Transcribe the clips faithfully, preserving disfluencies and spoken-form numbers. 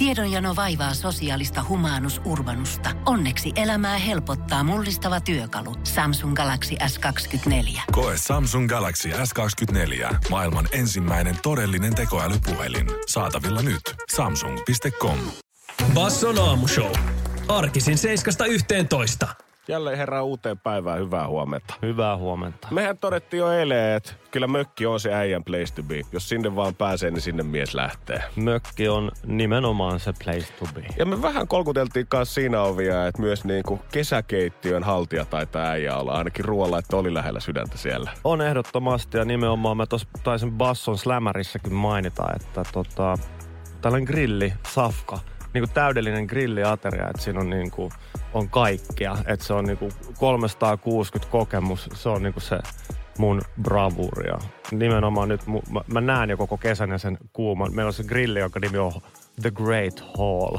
Tiedonjano vaivaa sosiaalista humanus urbanusta. Onneksi elämää helpottaa mullistava työkalu. Samsung Galaxy S kaksikymmentäneljä. Koe Samsung Galaxy S kaksikymmentäneljä. Maailman ensimmäinen todellinen tekoälypuhelin. Saatavilla nyt. Samsung piste com. Basson aamushow. Arkisin seiskasta yhteentoista. Jälleen herää uuteen päivään. Hyvää huomenta. Hyvää huomenta. Mehän todettiin jo eilen, että kyllä mökki on se äijän place to be. Jos sinne vaan pääsee, niin sinne mies lähtee. Mökki on nimenomaan se place to be. Ja me vähän kolkuteltiin kanssa siinä ovia, että myös niinku kesäkeittiön haltija taitaa äijä olla. Ainakin ruoalla, että oli lähellä sydäntä siellä. On ehdottomasti ja nimenomaan mä tuossa taisin Basson Slämärissäkin mainita, että tota, tällainen grilli, safka. Niinku täydellinen grilliateria, että siinä on niinku on kaikkea, että se on niinku kolmesataakuusikymmentä kokemus, se on niinku se mun bravuria. Nimenomaan nyt mu, mä, mä näen jo koko kesän ja sen kuuman. Meillä on se grilli, jonka nimi on The Great Hall.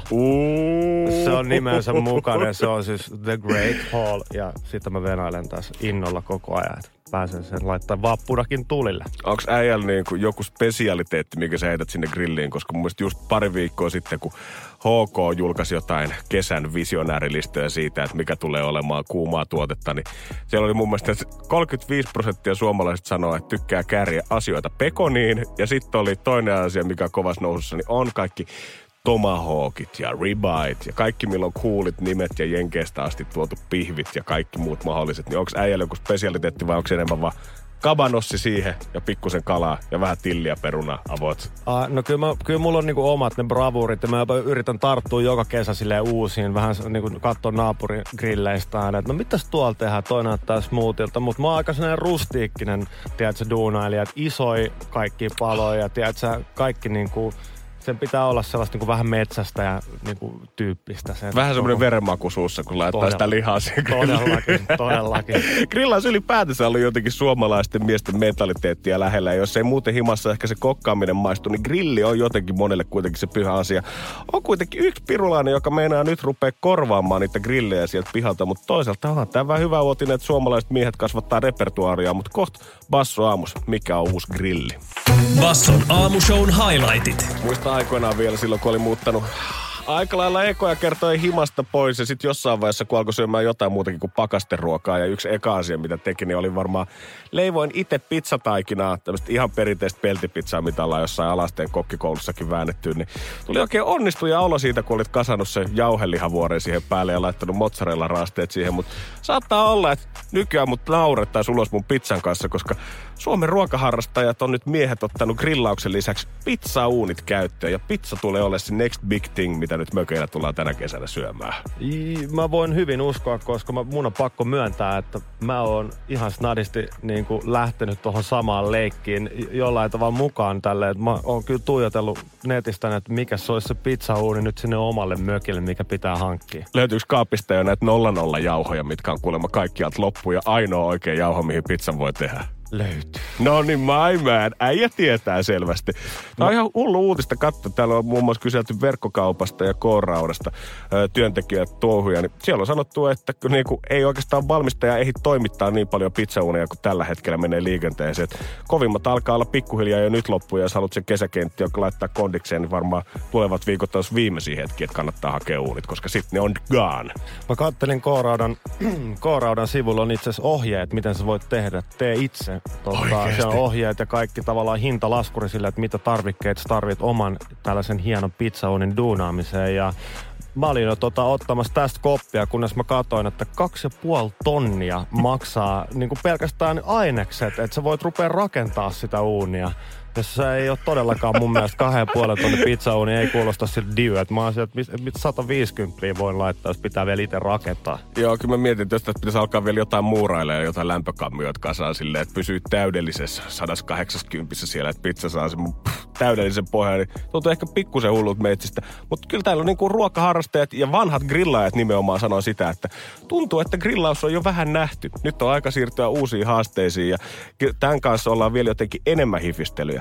Uh. Se on nimensä mukana, se on siis The Great Hall ja sitä mä venailen tässä innolla koko ajan. Pääsen sen laittaa vappunakin tulille. Onks äijällä niin kuin joku spesialiteetti, mikä sä heität sinne grilliin? Koska mun mielestä just pari viikkoa sitten, kun H K julkaisi jotain kesän visionäärilistöjä siitä, että mikä tulee olemaan kuumaa tuotetta, niin siellä oli mun mielestä, että kolmekymmentäviisi prosenttia suomalaiset sanoo, että tykkää kääriä asioita pekoniin. Ja sitten oli toinen asia, mikä on kovassa nousussa, niin on kaikki tomahawkit ja ribait ja kaikki, millä on coolit nimet ja jenkeistä asti tuotu pihvit ja kaikki muut mahdolliset. Niin onko äijällä joku spesialiteetti vai onko enemmän vaan kabanossi siihen ja pikkusen kalaa ja vähän tilliä perunaa avot? Ah, no kyllä, mä, kyllä mulla on niinku omat ne bravuurit ja mä yritän tarttua joka kesä silleen uusiin, vähän niinku katsoa naapurin grilleistä aina, että no mitäs tuolla tehdään, toi näyttää smoothilta, mutta mä oon aika sellainen rustiikkinen, tiedätkö, duunailija, että isoi kaikki paloja, tiedätkö, kaikki niinku sen pitää olla sellaista niin kuin vähän metsästä ja niin kuin tyyppistä. Sen vähän semmoinen verenmaku suussa, kun laittaa todella, sitä lihaa siihen grilliin. Todellakin, todellakin. Grillaus ylipäätänsä oli jotenkin suomalaisten miesten mentaliteettia lähellä. Ja jos ei muuten himassa ehkä se kokkaaminen maistu, niin grilli on jotenkin monelle kuitenkin se pyhä asia. On kuitenkin yksi pirulainen, joka meinaa nyt rupea korvaamaan niitä grillejä sieltä pihalta. Mutta toisaalta on tämä vähän hyvä uutinen, että suomalaiset miehet kasvattaa repertuaaria. Mutta kohta Basso aamus, mikä on uusi grilli. Basson aamushown highlightit. Muista aikoinaan vielä silloin, kun oli muuttanut aika lailla ekoja kertoja himasta pois ja sitten jossain vaiheessa, kun alkoi syömään jotain muutakin kuin pakasteruokaa ja yksi eka asia, mitä teki, niin oli varmaan leivoin itse pizzataikinaa, tämmöistä ihan perinteistä peltipizzaa, mitä ollaan jossain alasteen kokkikoulussakin väännetty, niin tuli oikein onnistuja olo siitä, kun olit kasannut sen jauhelihavuoren siihen päälle ja laittanut mozzarella raasteet siihen, mutta saattaa olla, että nykyään mut naurettaisi ulos mun pizzan kanssa, koska Suomen ruokaharrastajat on nyt miehet ottanut grillauksen lisäksi pizzauunit käyttöön ja pizza tulee olemaan se next big thing, mitä nyt mökeillä tullaan tänä kesänä syömään. Mä voin hyvin uskoa, koska mä, mun on pakko myöntää, että mä oon ihan snadisti niin kuin lähtenyt tuohon samaan leikkiin jollain tavalla mukaan tälleen. Että mä oon kyllä tuijotellut netistä, että mikä se olisi se pizzauuni nyt sinne omalle mökille, mikä pitää hankkia. Löytyykö kaapista jo näitä nolla nolla jauhoja, mitkä on kuulemma kaikkialta loppu ja ainoa oikea jauho, mihin pizzan voi tehdä? Löytyy. No niin, my man. Äijä tietää selvästi. Tämä on ihan hullu uutista katsoa. Täällä on muun muassa kyselty verkkokaupasta ja K-raudasta työntekijät touhuja. Niin siellä on sanottu, että niinku, ei oikeastaan valmistaja ehdi toimittaa niin paljon pizzauuneja kuin tällä hetkellä menee liikenteeseen. Et kovimmat alkaa olla pikkuhiljaa jo nyt loppuun. Ja jos haluat sen kesäkentti, joka laittaa kondikseen, niin varmaan tulevat viikot olisi viimeisiä hetkiä, että kannattaa hakea uunit, koska sitten ne on gone. Mä kattelin K-raudan, K-raudan sivulla on itse asiassa ohjeet, miten sä voit tehdä. Tee itse. Tota, se on ohjeet ja kaikki tavallaan hintalaskuri sille, että mitä tarvikkeet sä tarvit oman tällaisen hienon pizzauunin duunaamiseen. Ja mä olin jo tota, ottamassa tästä koppia, kunnes mä katsoin, että kaksi ja puoli tonnia maksaa niin kuin pelkästään ainekset, että sä voit rupea rakentaa sitä uunia. Jos se ei ole todellakaan mun mielestä kahden puolen tonne pizzauuni, ei kuulosta siltä diy. Että mä oon sieltä, että sata viisikymmentä voin laittaa, jos pitää vielä itse rakentaa. Joo, kyllä mä mietin, että jos tästä pitäisi alkaa vielä jotain muurailemaan ja jotain lämpökammioita kasaan silleen, että pysyy täydellisessä sata kahdeksankymmentä siellä, että pizza saa sen pff, täydellisen pohjan. Niin tuntuu ehkä pikkusen hullut meitsistä. Mutta kyllä täällä on niinku ruokaharrastajat ja vanhat grillaajat nimenomaan sanoo sitä, että tuntuu, että grillaus on jo vähän nähty. Nyt on aika siirtyä uusiin haasteisiin ja tämän kanssa ollaan vielä jotenkin enemmän hifistelyjä.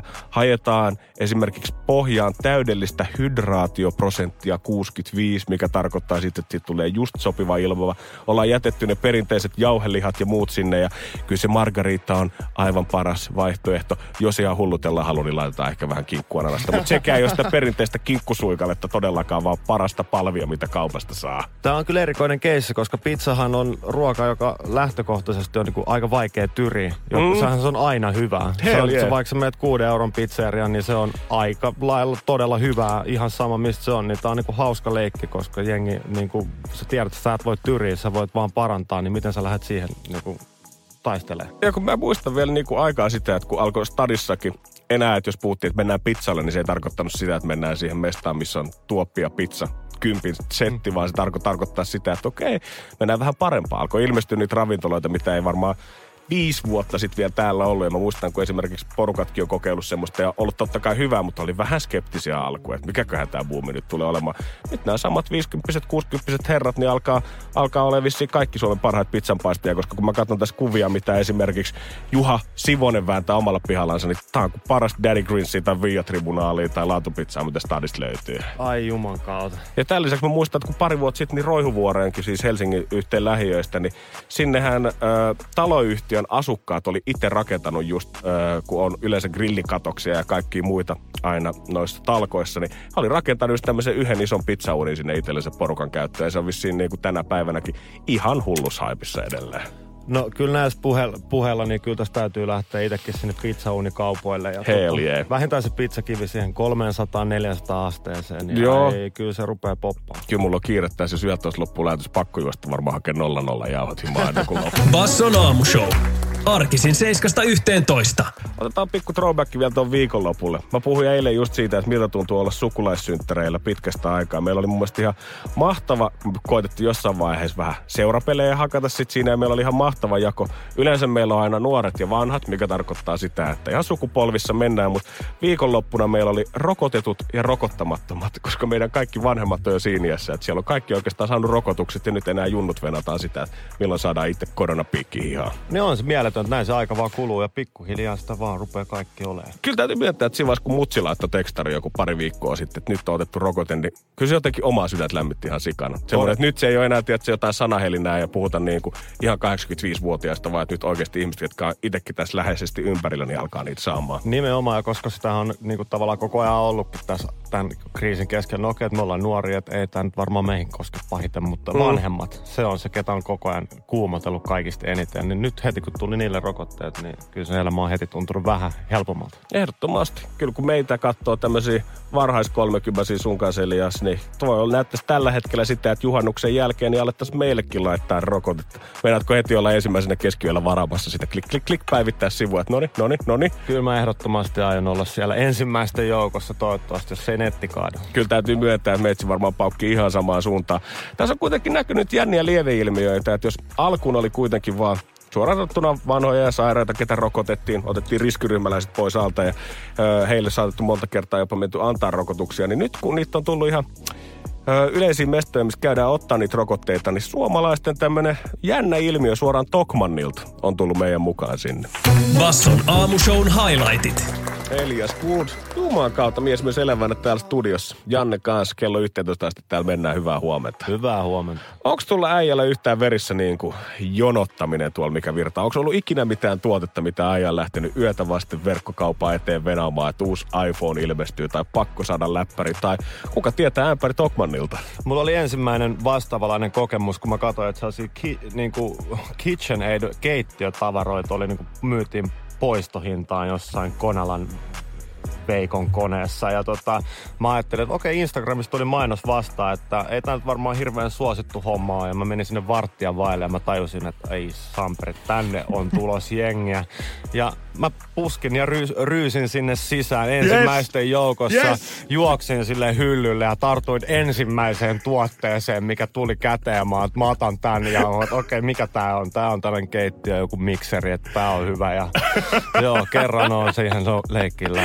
ja hajetaan esimerkiksi pohjaan täydellistä hydraatioprosenttia kuusikymmentäviisi, mikä tarkoittaa sitten, että siitä tulee just sopiva ilmava. Ollaan jätetty ne perinteiset jauhelihat ja muut sinne ja kyllä se margarita on aivan paras vaihtoehto. Jos ihan hullutella halu, niin laitetaan ehkä vähän kinkkuananasta, mutta sekään ei ole sitä perinteistä kinkkusuikaletta todellakaan, vaan parasta palvia, mitä kaupasta saa. Tämä on kyllä erikoinen keissi, koska pizzahan on ruoka, joka lähtökohtaisesti on niinku aika vaikea tyri. Mm. Sehän se on aina hyvää. Se on, yeah. Vaikka sä menet kuuden euron pizzeriaan, niin se on aika lailla todella hyvää. Ihan sama mistä se on, niin tää on niinku hauska leikki, koska jengi, niinku, sä tiedät, että sä et voi tyriä, sä voit vaan parantaa, niin miten sä lähdet siihen niinku taistelee? Ja kun mä muistan vielä niinku aikaa sitä, että kun alkoi stadissakin enää, että jos puhuttiin, että mennään pizzalle, niin se ei tarkoittanut sitä, että mennään siihen mestaan, missä on tuoppi ja pizza. Kympin setti, vaan se tarko- tarkoittaa sitä, että okei, mennään vähän parempaa. Alkoi ilmestyä niitä ravintoloita, mitä ei varmaan viisi vuotta sitten vielä täällä ollut. Ja mä muistan, kun esimerkiksi porukatkin on kokeillut semmoista ja ollut totta kai hyvää, mutta oli vähän skeptisiä alkuja, että mikäköhän tämä buumi nyt tulee olemaan. Nyt nämä samat viisikymppiset, kuusikymppiset herrat, niin alkaa, alkaa olla vissiin kaikki Suomen parhaat pizzanpaistajia, koska kun mä katson tässä kuvia, mitä esimerkiksi Juha Sivonen vääntää omalla pihallansa, niin tää on kuin paras Daddy Greensia tai Via Tribunaalia tai laatupizzaa, mitä stadista löytyy. Ai juman kautta. Ja tämän lisäksi mä muistan, että kun pari vuotta sitten, niin Roihuvuoreenkin, siis Helsingin yhteen lähiöistä, niin sinnehän äh, taloyhtiön asukkaat oli itse rakentanut just, äh, kun on yleensä grillikatoksia ja kaikkia muita aina noissa talkoissa, niin he oli rakentanut just tämmöisen yhden ison pizzauunin sinne itsellensä porukan käyttöön. Ja se on vissiin niin kuin tänä päivänäkin ihan hullushaipissa edelleen. No kyllä näissä puheella, puheella niin kyllä tässä täytyy lähteä itsekin sinne pizzauunikaupoille. Ja Hell yeah. Vähintään se pizzakivi siihen kolmesataa neljäsataa asteeseen. Niin Joo. Ei, kyllä se rupeaa poppaan. Kyllä mulla on kiire tässä, jos yhdeltä olisi loppuun lähetys pakko juosta varmaan hakea nolla nolla jauhot himaa ennen kuin loppuun. Basson aamushow. Arkisin seiskasta yhteentoista. Otetaan pikku throwback vielä tuon viikonlopulle. Mä puhuin eilen just siitä, että miltä tuntuu olla sukulaissynttäreillä pitkästä aikaa. Meillä oli mun mielestä ihan mahtava, me koitettiin jossain vaiheessa vähän seurapelejä hakata sit siinä ja meillä oli ihan mahtava jako. Yleensä meillä on aina nuoret ja vanhat, mikä tarkoittaa sitä, että ihan sukupolvissa mennään, mutta viikonloppuna meillä oli rokotetut ja rokottamattomat, koska meidän kaikki vanhemmat on jo siinä iässä, että siellä on kaikki oikeastaan saanut rokotukset ja nyt enää junnut venataan sitä, että milloin saadaan itse koronapiikki ihan. Ne on se mieletön, että näin se aika vaan kuluu ja pikkuhiljaa sitä vaan rupeaa kaikki olemaan. Kyllä täytyy miettiä, että siinä vaiheessa, kun mutsi laittoi tekstari joku pari viikkoa sitten, että nyt on otettu rokote, niin kyllä se jotenkin omaa sydät lämmitti ihan sikana. Semmoinen, että nyt se ei ole enää, tiedä, jotain sanahelinää ja puhuta niin kuin ihan kahdeksankymmentäviisivuotiaista, vaan että nyt oikeasti ihmiset, jotka on itsekin tässä läheisesti ympärillä, niin alkaa niitä saamaan. Nimenomaan, ja koska sitä on niin kuin tavallaan koko ajan ollutkin tässä tämän kriisin keskellä. No okei, että me ollaan nuoria, että ei tämä nyt varmaan meihin koske pahiten, mutta mm. vanhemmat, se on se, ketä on koko ajan kuumotellut kaikista eniten. Niin nyt heti, kun tuli niille rokotteet, niin kyllä se elämä on heti tuntunut vähän helpommalta. Ehdottomasti. Kyllä kun meitä katsoo tämmöisiä varhaiskolmekymppisiä sun kanssa Elias, niin voi näyttäisi tällä hetkellä sitä, että juhannuksen jälkeen niin alettaisiin meillekin laittaa rokotetta. Meinaatko heti olla ensimmäisenä keskiyöllä varaamassa sitä klik, klik, klik, päivittää sivua, että noni, noni, noni. Kyllä mä ehdottomasti aion olla siellä ensimmäisten joukossa toivottavasti, jos se ei netti kaadu. Kyllä täytyy myöntää, että meitsi varmaan paukkii ihan samaan suuntaan. Tässä on kuitenkin näkynyt jänniä lieveilmiöitä, että jos alkuun oli kuitenkin vaan suoraan sanottuna vanhoja ja sairaita, ketä rokotettiin, otettiin riskiryhmäläiset pois alta ja ö, heille saatettu monta kertaa jopa menty antaa rokotuksia, niin nyt kun niitä on tullut ihan ö, yleisiin mestoja, missä käydään ottaa niitä rokotteita, niin suomalaisten tämmönen jännä ilmiö suoraan Tokmannilta on tullut meidän mukaan sinne. Basson aamushown highlightit. Elias Wood, Jumalan kautta mies myös elävänä täällä studiossa. Janne kanssa, kello yhteentoista asti täällä mennään. Hyvää huomenta. Hyvää huomenta. Onko tulla äijällä yhtään verissä niin kuin jonottaminen tuolla, mikä virtaa? Onko ollut ikinä mitään tuotetta, mitä äijä on lähtenyt yötä vasten verkkokaupaa eteen venaamaan, että uusi iPhone ilmestyy tai pakko saada läppäri tai kuka tietää ämpäri Tokmannilta? Mulla oli ensimmäinen vastaavalainen kokemus, kun mä katsoin, että sellaisia ki, niin kuin KitchenAid keittiötavaroita oli niin kuin myytiin poistohintaan jossain Konalan Veikon koneessa. Ja tota, mä ajattelin, että okei, Instagramista tuli mainos vastaan, että ei tämä nyt varmaan hirveän suosittu homma ole. Ja mä menin sinne varttia vaille ja mä tajusin, että ei samperi, tänne on tulos jengiä. Ja mä puskin ja ryys, ryysin sinne sisään ensimmäisten yes. joukossa. Yes. Juoksin sille hyllylle ja tartuin ensimmäiseen tuotteeseen, mikä tuli käteen. Mä, että mä otan tän ja että okei, mikä tää on? Tää on tällainen keittiö, joku mikseri, että tää on hyvä. Ja joo, kerran on siihen so leikkiin lähti.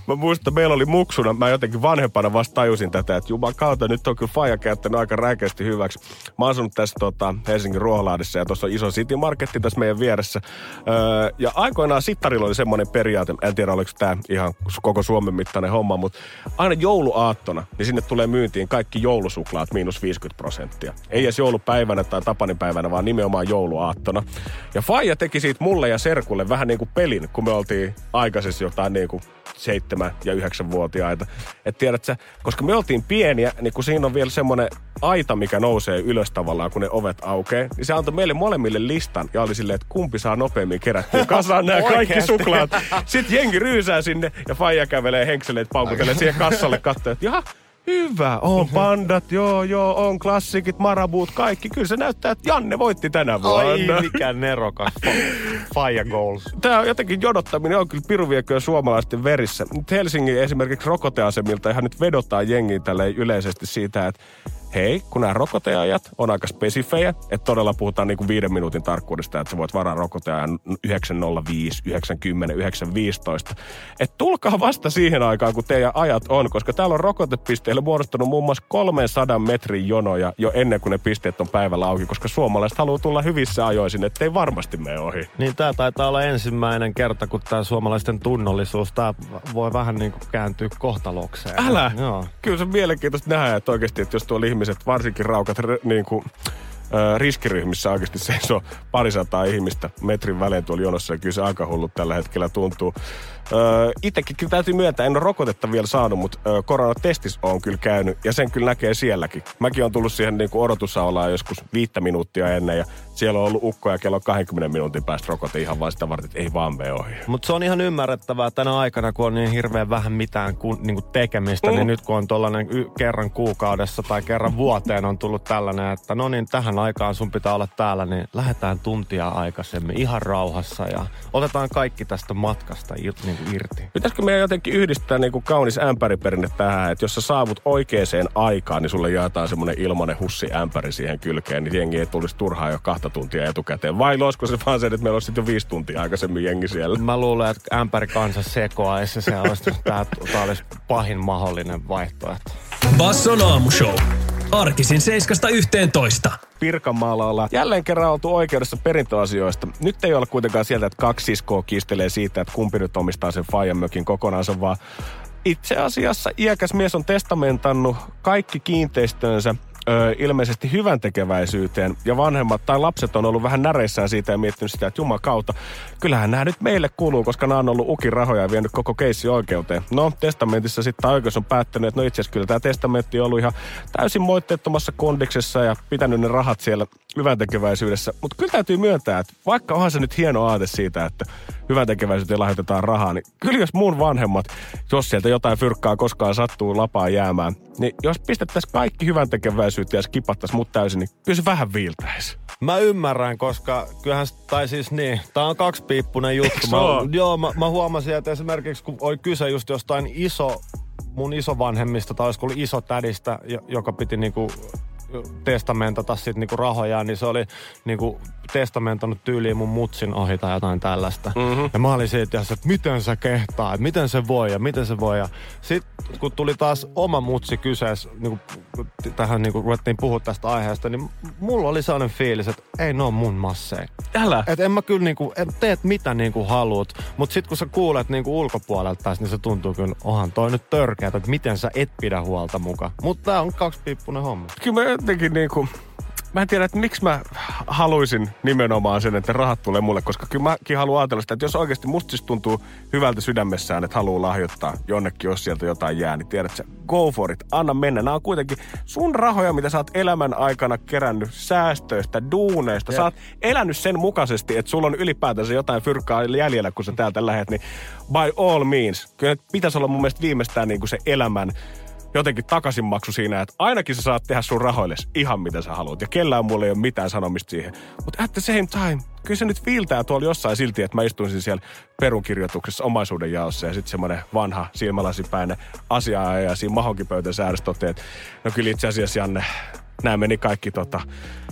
mä muistan, että meillä oli muksuna, mä jotenkin vanhempana vasta tajusin tätä, että jumakauta, nyt on kyllä faija käyttänyt aika räikeästi hyväksi. Mä oon asunut tässä tota, Helsingin Ruoholahdessa ja tuossa on iso City Marketti tässä meidän vieressä. Öö, ja aikoinaan Sittarilla oli semmoinen periaate, en tiedä oliko tämä ihan koko Suomen mittainen homma, mutta aina jouluaattona, niin sinne tulee myyntiin kaikki joulusuklaat miinus viisikymmentä prosenttia. Ei edes joulupäivänä tai Tapanipäivänä, vaan nimenomaan jouluaattona. Ja faija teki siitä mulle ja serkulle vähän niin kuin pelin, kun me oltiin aikaisessa jotain niin kuin seitsemän- ja yhdeksänvuotiaita. Et tiedät sä, koska me oltiin pieniä, niin kun siinä on vielä semmoinen aita, mikä nousee ylös tavallaan, kun ne ovet aukeaa, niin se antoi meille molemmille listan ja oli silleen, että kumpi saa nopeammin kerättyä kasaan nämä kaikki suklaat. Sitten jengi ryysää sinne ja faija kävelee henkseleet paukutelee siihen kassalle katsoa, että jaha, hyvä, on pandat, joo, joo, on klassikit, marabuut, kaikki. Kyllä se näyttää, että Janne voitti tänä vuonna. Ai, mikä nerokas. Fire goals. Tämä on jotenkin jodottaminen, on kyllä piruvieköä suomalaisten verissä. Nyt Helsingin esimerkiksi rokoteasemilta ihan nyt vedotaan jengiin tälleen yleisesti siitä, että hei, kun nämä rokoteajat on aika spesifejä, että todella puhutaan niinku viiden minuutin tarkkuudesta, että sä voit varaa rokoteajan yhdeksän nolla viisi, yhdeksän kymmenen, yhdeksän viisitoista. Että tulkaa vasta siihen aikaan, kun teidän ajat on, koska täällä on rokotepisteillä muodostunut muun muassa kolmesataa metrin jonoja jo ennen kuin ne pisteet on päivällä auki, koska suomalaiset haluaa tulla hyvissä ajoisin, ettei varmasti mene ohi. Niin tää taitaa olla ensimmäinen kerta, kun tää suomalaisten tunnollisuus, tää voi vähän niinku kääntyä kohtalokseen. Älä! Joo. Kyllä se on mielenkiintoista nähdä, että oikeasti, että jos tuolla ihmiset, varsinkin raukat niin kuin, ö, riskiryhmissä oikeasti seisoo parisataa ihmistä metrin välein tuolla jonossa, ja kyllä se aika hullut tällä hetkellä tuntuu. Öö, Itsekin kyllä täytyy myöntää, en ole rokotetta vielä saanut, mutta ö, koronatestissä on kyllä käynyt ja sen kyllä näkee sielläkin. Mäkin on tullut siihen niin kuin odotusaulaan joskus viittä minuuttia ennen ja siellä on ollut ukko ja kello kaksikymmentä minuutin päästä rokote ihan vaan sitä varten, että ei vaan mene ohi. Mutta se on ihan ymmärrettävää tänä aikana, kun on niin hirveän vähän mitään ku, niin kuin tekemistä, Mm. niin nyt kun on tuollainen y- kerran kuukaudessa tai kerran vuoteen on tullut tällainen, että no niin, tähän aikaan sun pitää olla täällä, niin lähdetään tuntia aikaisemmin ihan rauhassa ja otetaan kaikki tästä matkasta ir- niin kuin irti. Pitäisikö meidän jotenkin yhdistää niin kuin kaunis ämpäriperinne tähän, että jos sä saavut oikeaan aikaan, niin sulle jaetaan semmoinen ilmainen hussi-ämpäri siihen kylkeen, niin jengi ei tulisi turhaan jo kahta tuntia etukäteen. Vai olisiko se vaan se, että meillä olisi sitten jo viisi tuntia aikaisemmin jengi siellä? Mä luulen, että ämpäri kanssa sekoaisi ja se olisi, tää, tää olisi pahin mahdollinen vaihtoehto. Basson aamushow. Arkisin seiskasta yhteentoista. Pirkanmaalla ollaan jälleen kerran oltu oikeudessa perintöasioista. Nyt ei ole kuitenkaan sieltä, että kaksi siskoa kiistelee siitä, että kumpi nyt omistaa sen faijan mökin kokonaansa, vaan itse asiassa iäkäs mies on testamentannut kaikki kiinteistönsä Öö, ilmeisesti hyvän tekeväisyyteen ja vanhemmat tai lapset on ollut vähän näreissään siitä ja miettinyt sitä, että jumakauta, kyllähän nämä nyt meille kuuluu, koska nämä on ollut ukin rahoja ja vienyt koko keissi oikeuteen. No, testamentissa sitten oikeus on päättänyt, että no itse asiassa kyllä tämä testamentti on ollut ihan täysin moitteettomassa kondiksessa ja pitänyt ne rahat siellä hyvän tekeväisyydessä. Mutta kyllä täytyy myöntää, että vaikka onhan se nyt hieno aate siitä, että hyvän tekeväisyyteen lahjoitetaan rahaa, niin kyllä jos mun vanhemmat, jos sieltä jotain fyrkkaa koskaan sattuu lapaan jäämään, niin jos pistettäisiin kaikki hyvän tekeväisyyteen ja skipattaisiin mut täysin, niin kyllä se vähän viiltäisi. Mä ymmärrän, koska kyllähän, tai siis niin, tää on kaksipiippunen juttu. Mä, joo, mä, mä huomasin, että esimerkiksi kun oli kyse just jostain iso, mun isovanhemmista, tai olisiko ollut iso tädistä, joka piti niinku testamentata sit niinku rahojaan, niin se oli niinku testamentanut tyyliin mun mutsin ohi tai jotain tällaista. Mm-hmm. Ja mä olin siitä, että miten sä kehtaa, että miten se voi ja miten se voi. Ja sit kun tuli taas oma mutsi kyseessä, niinku, tähän niinku ruvettiin puhua tästä aiheesta, niin mulla oli sellainen fiilis, että ei ne on mun masseja. Älä! Et en mä kyllä niinku, en teet mitä niinku haluut, mut sit kun sä kuulet niinku ulkopuolelta taas, niin se tuntuu kyllä, onhan toi nyt törkeätä, että miten sä et pidä huolta muka. Mutta tää on kaksipiippunen homma. Kyllä mä jotenkin niinku, mä en tiedä, että miksi mä haluaisin nimenomaan sen, että rahat tulee mulle, koska kyllä mäkin haluan ajatella sitä, että jos oikeasti musta siis tuntuu hyvältä sydämessään, että haluaa lahjoittaa jonnekin, jos sieltä jotain jää, niin tiedät sä, go for it, anna mennä. Nämä on kuitenkin sun rahoja, mitä sä oot elämän aikana kerännyt säästöistä, duuneista. Jep. Sä oot elänyt sen mukaisesti, että sulla on ylipäätänsä jotain fyrkkaa jäljellä, kun sä täältä lähet, niin by all means. Kyllä pitäisi olla mun mielestä viimeistään niin kuin se elämän jotenkin takaisinmaksu siinä, että ainakin sä saat tehdä sun rahoilles ihan mitä sä haluat. Ja kellään mulla ei ole mitään sanomista siihen. Mutta at the same time, kyllä se nyt viiltää tuolla jossain silti, että mä istuisin siellä perunkirjoituksessa omaisuuden jaossa ja sitten semmoinen vanha silmälasipäinen asiaa ja siinä mahonkipöytän säädös toteaa, että no kyllä itse asiassa Janne, nämä meni kaikki tota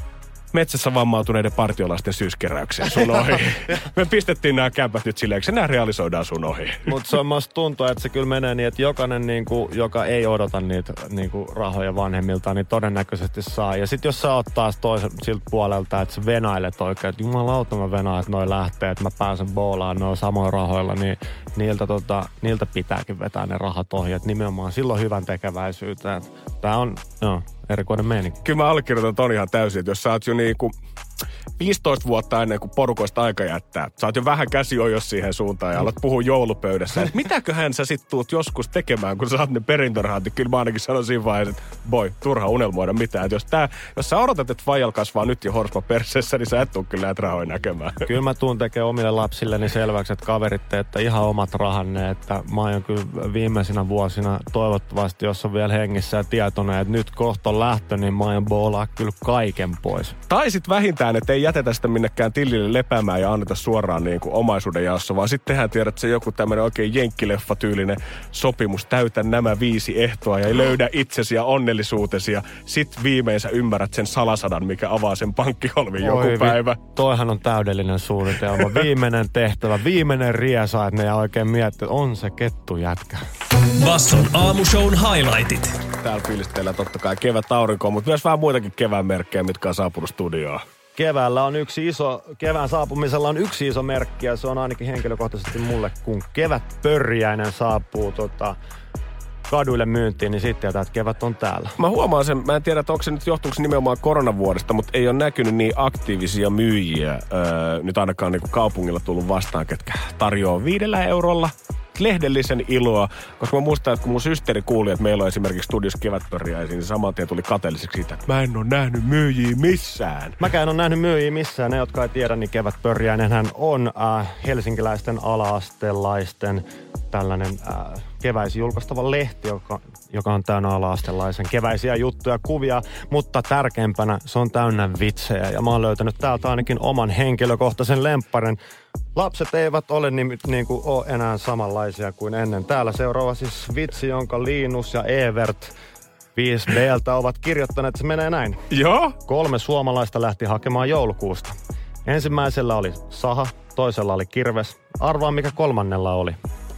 metsässä vammautuneiden partiolaisten syyskeräykseen sun ohi. Me pistettiin nämä kämpät nyt silleen, eikö nämä realisoidaan sun ohi? Mutta se on myös tuntuu, että se kyllä menee niin, että jokainen, niinku, joka ei odota niitä niinku, rahoja vanhemmiltaan, niin todennäköisesti saa. Ja sitten jos sä oot taas toisen siltä puolelta, että sä venailet oikein, että jumalauta mä venaan, että noi lähtee, että mä pääsen boolaan noilla samoilla rahoilla, niin niiltä, tota, niiltä pitääkin vetää ne rahat ohi. Et nimenomaan silloin hyvän tekeväisyyteen. Tää on, joo, erikoinen meininki. Kyllä mä allekirjoitan ton ihan täysin, että jos sä oot jo niinku viisitoista vuotta ennen kuin porukoista aika jättää. Sä oot jo vähän käsiojos siihen suuntaan ja alat puhua joulupöydässä. Että mitäköhän sä sit tuut joskus tekemään, kun sä saat ne perintörahat. Kyllä mä ainakin sanon siinä vaiheessa, että boy, turha unelmoida mitään. Et jos, tää, jos sä odotat, että vaijal kasvaa nyt jo horsma perseessä, niin sä et tuu kyllä näitä rahoja näkemään. Kyllä mä tuun tekemään omille lapsilleni selväksi, että kaverit teette ihan omat rahanne. Että mä aion kyllä viimeisinä vuosina toivottavasti, jos on vielä hengissä ja tietoinen, että nyt kohta on lähtö, niin mä aion boolaa kyllä kaiken pois. Tai sit vähintään, että ei jätetä sitä minnekään tillille lepäämään ja anneta suoraan niin kuin omaisuuden jaossa, vaan sitten tehdään tiedät, että se joku tämmöinen oikein jenkkileffa-tyylinen sopimus, täytä nämä viisi ehtoa ja löydä itsesi ja onnellisuutesi ja sit viimein sä ymmärrät sen salasadan, mikä avaa sen pankkiholvin joku Oi, päivä. Vi- toihan on täydellinen suunnitelma. Viimeinen tehtävä, viimeinen riesa, että ne oikein miettii, että on se kettu jätkä. Basson aamushown highlightit. Täällä fiilistellään totta kai kevät aurinkoa, mutta myös vähän muitakin kevään merkkejä, mitkä on saapunut studioon. Keväällä on yksi iso, kevään saapumisella on yksi iso merkki ja se on ainakin henkilökohtaisesti mulle, kun kevätpörjäinen saapuu tota, kaduille myyntiin, niin sitten tietää, että kevät on täällä. Mä huomaan sen, mä en tiedä, että onko se nyt johtuuko se nimenomaan koronavuodesta, mutta ei ole näkynyt niin aktiivisia myyjiä. Öö, nyt ainakaan niin kuin kaupungilla tullut vastaan, ketkä tarjoaa viidellä eurolla lehdellisen iloa, koska mä muistan, että kun mun systeri kuuli, että meillä on esimerkiksi studios kevätpörjäisiin, niin saman tien tuli kateelliseksi siitä, että mä en ole nähnyt myyjiä missään. Mäkään en ole nähnyt myyjiä missään. Ne, jotka ei tiedä, niin kevätpörjäinenhän on äh, helsinkiläisten ala-astelaisten tällainen äh, keväisin julkaistava lehti, joka, joka on täynnä ala-astelaisen keväisiä juttuja, kuvia, mutta tärkeimpänä se on täynnä vitsejä. Ja mä oon löytänyt täältä ainakin oman henkilökohtaisen lempparin. Lapset eivät ole niin, niin kuin ole enää samanlaisia kuin ennen. Täällä seuraava siis vitsi, jonka Linus ja Evert viisi B:ltä ovat kirjoittaneet. Se menee näin. Joo? Kolme suomalaista lähti hakemaan joulukuusta. Ensimmäisellä oli saha, toisella oli kirves. Arvaa, mikä kolmannella oli.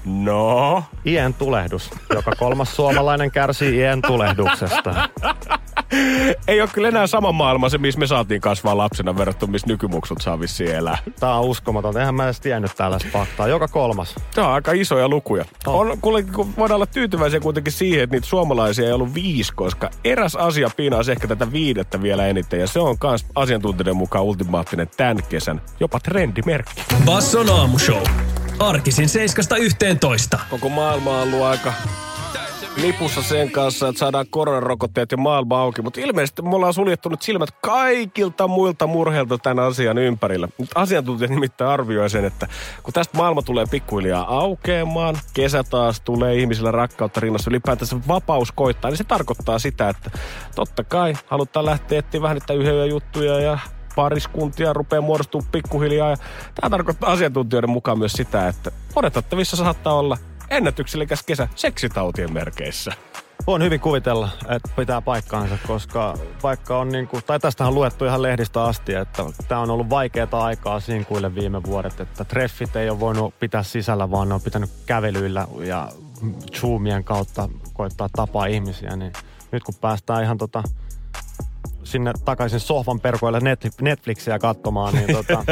No? Iän tulehdus. Joka kolmas suomalainen kärsii iän tulehduksesta. Ei ole kyllä enää sama maailma se, missä me saatiin kasvaa lapsena verrattuna, missä nykymuksut saa vissiin elää. Tää on uskomaton. Eihän mä edes tiennyt tällaista faktaa. Joka kolmas. Tää on aika isoja lukuja. Oh. On, kun voidaan olla tyytyväisiä kuitenkin siihen, että niitä suomalaisia ei ollut viisi, koska eräs asia piinaisi ehkä tätä viidettä vielä eniten. Ja se on myös asiantuntijoiden mukaan ultimaattinen tämän kesän jopa trendimerkki. Basson aamushow. Arkisin seiskasta yhteentoista. Koko maailma on ollut aika lipussa sen kanssa, että saadaan koronarokotteet ja maailma auki. Mutta ilmeisesti me ollaan suljettu nyt silmät kaikilta muilta murheilta tämän asian ympärillä. Nyt asiantuntijat nimittäin arvioi sen, että kun tästä maailma tulee pikkuhiljaa aukeamaan, kesä taas tulee ihmisillä rakkautta rinnassa, ylipäätänsä vapaus koittaa, niin se tarkoittaa sitä, että totta kai halutaan lähteä etsiä vähän niitä yhden juttuja ja pariskuntia rupeaa muodostumaan pikkuhiljaa. Ja tämä tarkoittaa asiantuntijoiden mukaan myös sitä, että odotettavissa saattaa olla ennätyksellikäs kesä seksitautien merkeissä. Voin hyvin kuvitella, että pitää paikkaansa, koska vaikka on niinku, tai tästähän on luettu ihan lehdistä asti, että tämä on ollut vaikeaa aikaa sinkuille viime vuodet, että treffit ei ole voinut pitää sisällä, vaan ne on pitänyt kävelyillä ja zoomien kautta koittaa tapaa ihmisiä, niin nyt kun päästään ihan tota sinne takaisin sohvan perkoille Netflixiä katsomaan, niin tota,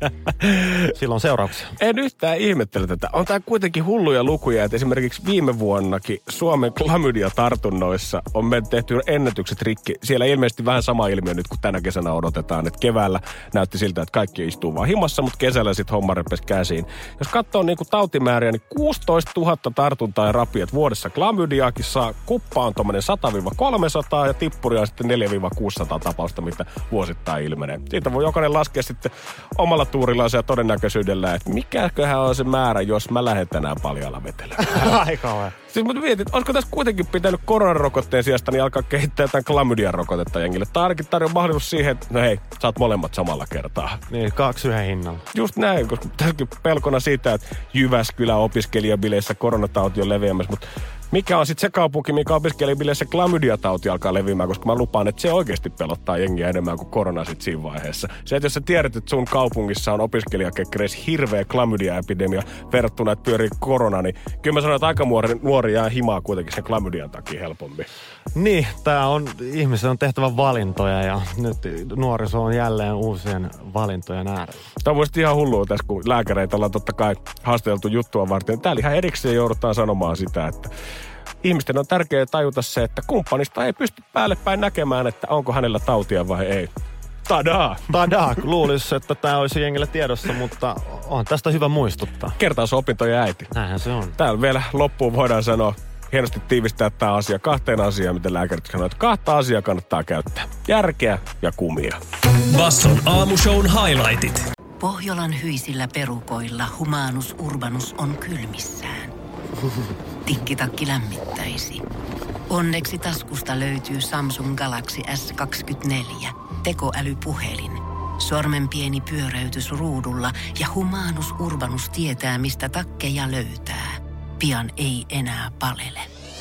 silloin seurauksia. En yhtään ihmettele tätä. On tää kuitenkin hulluja lukuja, että esimerkiksi viime vuonnakin Suomen klamydia-tartunnoissa on me tehty ennätykset rikki. Siellä ilmeisesti vähän sama ilmiö nyt, kun tänä kesänä odotetaan, että keväällä näytti siltä, että kaikki istuu vaan himassa, mutta kesällä sitten homma repesi käsiin. Jos katsoo niinku tautimääriä, niin kuusitoista tuhatta tartuntaa ja rapiat vuodessa klamydiaakin saa. Kuppa on tommonen sata kolmesataa ja tippuri on sitten neljä kuusisataa tapausta, mitä vuosittain ilmenee. Siitä voi jokainen laskea sitten omalla tuurillaan ja todennäköisyydellä, että mikäköhän on se määrä, jos mä lähden tänään paljalla vetelemään. Aika on. Siis mutta mietin, olisiko tässä kuitenkin pitänyt koronarokotteen sijasta niin alkaa kehittää jotain klamydian rokotetta jengille. Tai ainakin tarjoaa mahdollisuus siihen, että no hei, saat molemmat samalla kertaa. Niin, kaksi yhden hinnalla. Just näin, koska tässäkin pelkona siitä, että Jyväskylän opiskelijabileissä koronatauti on leviämässä, mutta Mikä on sitten se kaupunki, mikä opiskelijabileissä klamydiatauti alkaa leviämään, koska mä lupaan, että se oikeasti pelottaa jengiä enemmän kuin korona sit siinä vaiheessa. Se, että jos sä tiedät, että sun kaupungissa on opiskelijakekkereissä hirveä klamydia-epidemia verrattuna, että pyörii korona, niin kyllä mä sanon, että aika nuori, nuori jää himaa kuitenkin sen klamydian takia helpommin. Niin, tää on, ihmisen on tehtävä valintoja ja nyt nuoriso on jälleen uusien valintojen äärellä. Tämä on muista ihan hullua tässä, kun lääkäreitä ollaan totta kai haasteltu juttua varten. Täällä ihan erikseen joudutaan sanomaan sitä, että ihmisten on tärkeää tajuta se, että kumppanista ei pysty päälle päin näkemään, että onko hänellä tautia vai ei. Tadaa! Tadaa, luulisi, että tämä olisi jengille tiedossa, mutta on tästä hyvä muistuttaa. Kertausopintojen äiti. Näinhän se on. Täällä vielä loppuun voidaan sanoa, hienosti tiivistää tämä asia kahteen asiaan, miten lääkärit sanoo, että kahta asiaa kannattaa käyttää. Järkeä ja kumia. Basson aamushown highlightit. Pohjolan hyisillä perukoilla Humanus Urbanus on kylmissään. Tikkitakki lämmittäisi. Onneksi taskusta löytyy Samsung Galaxy S kaksikymmentäneljä. Tekoälypuhelin. Sormen pieni pyöräytys ruudulla ja Humanus Urbanus tietää, mistä takkeja löytää. Pian ei enää palele.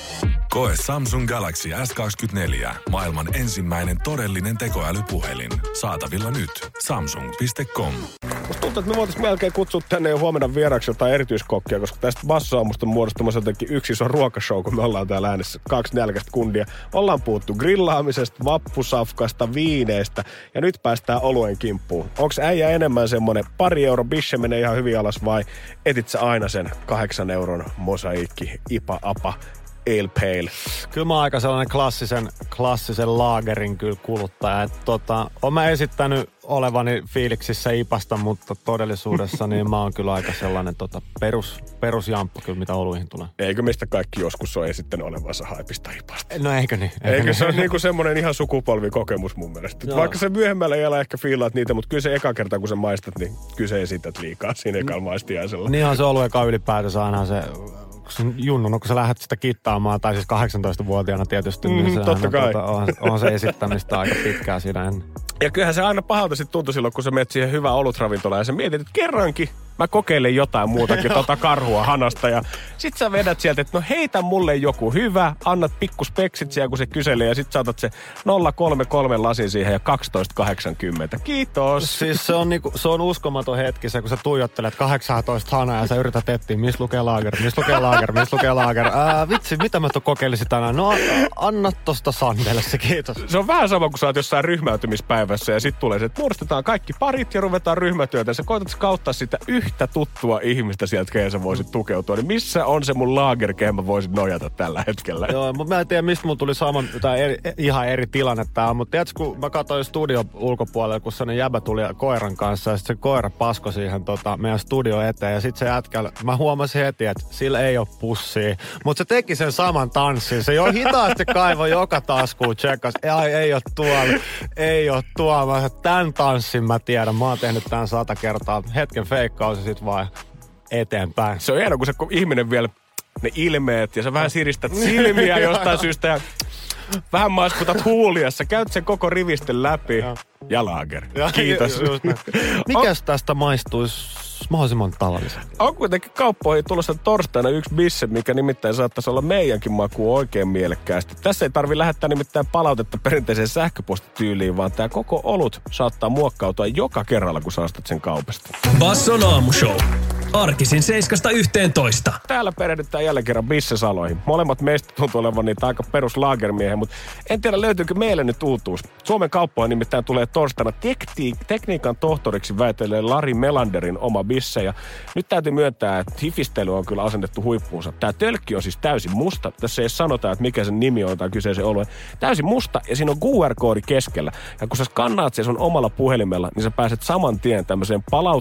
Koe Samsung Galaxy S kaksikymmentäneljä. Maailman ensimmäinen todellinen tekoälypuhelin. Saatavilla nyt. Samsung piste com. Musta tuntuu, että me voitaisiin melkein kutsua tänne jo huomenna vieraksi jotain erityiskokkia, koska tästä Basso-aamusta on muodostumassa jotenkin yksi iso ruokashow, kun me ollaan täällä äänessä kaksi nälkäistä kundia. Ollaan puhuttu grillaamisesta, vappusafkasta, viineistä ja nyt päästään oluen kimppuun. Onks äijä enemmän semmonen pari euro bishe menee ihan hyvin alas vai etit sä aina sen kahdeksan euron mosaikki, ipa, apa, ale pale? Kyllä mä oon aika sellainen klassisen, klassisen laagerin kyllä kuluttaja. Et tota, oon mä esittänyt olevani fiiliksissä ipasta, mutta todellisuudessa niin mä oon kyllä aika sellainen tota, perus, perusjamppu kyllä, mitä oluihin tulee. Eikö mistä kaikki joskus on esittänyt olevansa haipista ipasta? No eikö niin? Eikö, eikö niin? se on niinku semmoinen ihan sukupolvikokemus mun mielestä. Vaikka se myöhemmällä iällä ehkä fiilaat niitä, mutta kyllä se eka kerta kun sä maistat, niin kyllä se esität liikaa siinä ekalla maistiaisella. Niinhan se oluekaan ylipäätänsä aina se junnuna, kun sä lähdet sitä kittaamaan, tai siis kahdeksantoistavuotiaana tietysti, mm, niin totta kai. Tuota, on, on se esittämistä aika pitkään siinä ennen. Ja kyllähän se aina pahalta sitten tuntui silloin, kun sä menet siihen hyvään olutravintolaan ja sä mietit, että kerrankin mä kokeilen jotain muutakin tota karhua hanasta. Ja sit sä vedät sieltä, että no heitä mulle joku hyvä, annat pikku speksit siellä, kun se kyselee ja sit saatat se nolla kolme kolme lasin siihen ja kaksitoista kahdeksankymmentä. Kiitos. Siis se on, niinku, se on uskomaton hetki se, kun sä tuijottelet kahdeksantoista hanaa ja sä yrität etsiä, missä lukee laager, missä lukee laager, missä lukee laager. Ää, vitsi, mitä mä kokeilisin tänään? No anna tosta Sandelle se, kiitos. Se on vähän sama, kun sä oot jossain ryhmäytymispäivässä ja sit tulee se, että muodostetaan kaikki parit ja ruvetaan ryhmätyötä. Ja sä koetat skauttaa sitä yhtä tuttua ihmistä sieltä, kehen sä voisit tukeutua. Niin missä on se mun laager, kehen mä voisin nojata tällä hetkellä? Joo, mutta mä en tiedä, mistä mulla tuli sama, tai eri, ihan eri tilanne tää. Mutta tiedätkö, kun mä katsoin studio ulkopuolella, kun sellainen jäbä tuli koiran kanssa ja sitten se koira pasko siihen tota, meidän studio eteen. Ja sitten se jätkä, mä huomasin heti, että sillä ei ole pussia. Mutta se teki sen saman tanssin. Se jo hitaasti kaivoi joka taskuun, tsekkas. Ei, ei ole tuolla, ei ole tuolla. Mä sanoin, tämän tanssin mä tiedän. Mä oon tehnyt tämän sata kertaa. Hetken feikkaus ja sit vaan eteenpäin. Se on hieno, kun se ihminen vielä ne ilmeet ja sä vähän siristät silmiä jostain syystä ja vähän maaskutat huulia. Sä käyt sen koko rivisten läpi ja, ja laager. Ja, kiitos. Mikäs tästä maistuisi mahdollisimman tavallisesti? On kuitenkin kauppoihin tulossa torstaina yksi bisse, mikä nimittäin saattaisi olla meidänkin makuun oikein mielekkäästi. Tässä ei tarvi lähettää nimittäin palautetta perinteiseen sähköpostityyliin, vaan tää koko olut saattaa muokkautua joka kerralla, kun sä ostat sen kaupasta. Basson aamushow. Arkisin seiskasta yhteentoista. Täällä perehdytään jälleen kerran bissesaloihin. Molemmat meistä tuntuu olevan niitä aika peruslaagermiehiä, mutta en tiedä löytyykö meille nyt uutuus. Suomen kauppoihin nimittäin tulee torstaina tekti- tekniikan tohtoriksi väitelleen Lari Melanderin oma bisse. Ja nyt täytyy myöntää, että hifistely on kyllä asennettu huippuunsa. Tää tölkki on siis täysin musta. Tässä ei sanotaan, että mikä sen nimi on tai kyseisen oluen. Täysin musta ja siinä on Q R-koodi keskellä. Ja kun sä skannaat sen sun omalla puhelimella, niin sä pääset saman tien tämmöiseen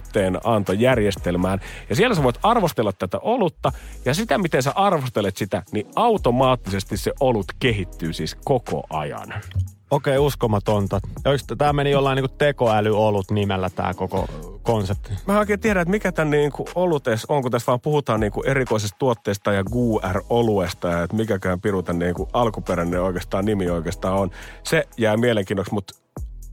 palautteenantojärjestelmään. Ja siellä sä voit arvostella tätä olutta, ja sitä, miten sä arvostelet sitä, niin automaattisesti se olut kehittyy siis koko ajan. Okei, uskomatonta. Tämä meni jollain niinku tekoälyolut nimellä tämä koko konsepti. Mä oikein tiedän, että mikä tämän niinku olutes on, kun tässä vaan puhutaan niinku erikoisesta tuotteesta ja Q R-oluesta, ja että mikäkään piru tämän niinku alkuperäinen oikeastaan nimi oikeastaan on. Se jää mielenkiinnoksi, mutta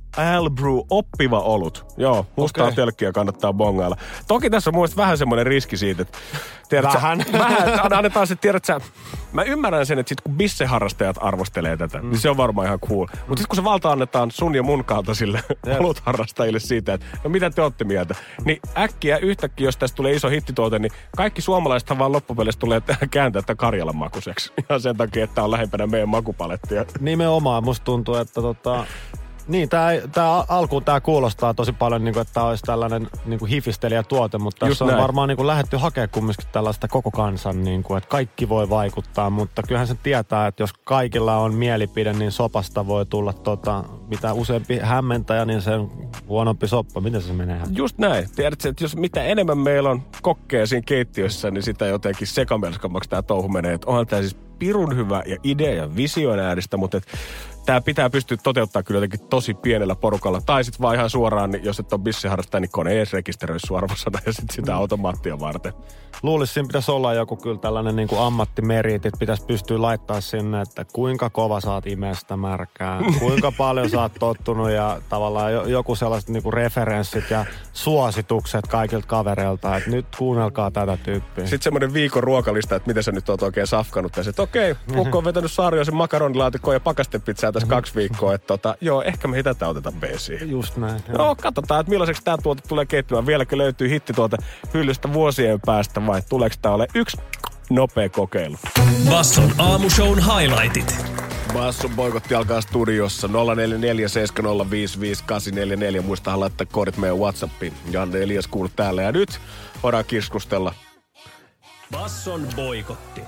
Al Brew oppiva olut. Joo, mustaa Okei. tölkkiä kannattaa bongailla. Toki tässä on mun mielestä vähän semmoinen riski siitä, että... Tiedät, Vähän. Sä, vähän, että annetaan se, tiedät sä... Mä ymmärrän sen, että sit kun bisseharrastajat arvostelee tätä, mm. niin se on varmaan ihan cool. Mutta sitten kun se valta annetaan sun ja mun kaltaisille olutharrastajille siitä, että no mitä te ootte mieltä, niin äkkiä yhtäkkiä, jos tästä tulee iso hittituote, niin kaikki suomalaisethan vaan loppupeleissä tulee kääntää tätä Karjalan makuiseksi. Ihan sen takia, että tää on lähempänä meidän makupalettia. Nimenomaan musta tuntuu, että tota... Niin, tää, tää alkuun tää kuulostaa tosi paljon niinku, että tää olisi tällainen niinku hifistelijätuote, mutta Just tässä on näin. varmaan niinku lähdetty hakemaan kumminkin tällaista koko kansan, niinku, että kaikki voi vaikuttaa, mutta kyllähän sen tietää, että jos kaikilla on mielipide, niin sopasta voi tulla tota, mitä useampi hämmentäjä, niin sen huonompi soppa. Miten se menee? Just näin. Tiedätkö, että jos mitä enemmän meillä on kokkeja siinä keittiössä, niin sitä jotenkin sekamelskamaksi tää touhu menee. Että onhan tää siis pirun hyvä ja idea ja vision ääristä, mutta et tää pitää pystyä toteuttamaan kyllä jotenkin tosi pienellä porukalla. Tai sit vaan ihan suoraan, niin jos et ole bissiharrastaja, niin kone edes rekisteröi sun arvosana ja sit sitä automaattia varten. Luulisin, siinä pitäisi olla joku kyllä tällainen niin kuin ammattimeriit, että pitäisi pystyä laittaa sinne, että kuinka kova saat imestä märkää, kuinka paljon sä oot tottunut ja tavallaan jo, joku sellaiset niin kuin referenssit ja suositukset kaikilta kavereilta, että nyt kuunnelkaa tätä tyyppiä. Sitten semmoinen viikon ruokalista, että miten sä nyt oot oikein safkanut tässä. Että okei, Pukko on vetänyt Saarioisen makaronilaatikkoa ja pakastepizzaa tässä kaksi viikkoa. Että tota, joo, ehkä me ei tätä oteta beesiin. Just näin. No, katsotaan, että millaiseksi tämä tuote tulee keittymään. Vieläkö löytyy hitti tuolta hyllystä vuosien päästä vai tuleeko tämä ole yksi nopea kokeilu? Basson aamushown highlightit. Basson boikotti alkaa studiossa nolla neljä neljä seitsemän nolla viisi viisi kahdeksan neljä neljä. Muistahan laittaa koodit meidän WhatsAppiin. Janne Elias kuuluu täällä ja nyt voidaan keskustella. Basson boikotti.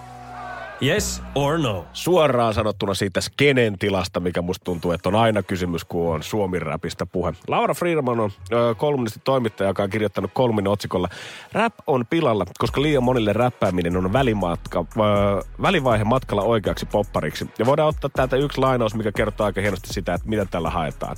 Yes or no? Suoraan sanottuna siitä skenen tilasta, mikä musta tuntuu, että on aina kysymys, kun on Suomi-räpistä puhe. Laura Friedman on ö, kolumnisti-toimittaja, joka on kirjoittanut kolmin otsikolla. Rap on pilalla, koska liian monille räppääminen on välimatka, ö, välivaihe matkalla oikeaksi poppariksi. Ja voidaan ottaa täältä yksi lainaus, mikä kertoo aika hienosti sitä, että mitä tällä haetaan.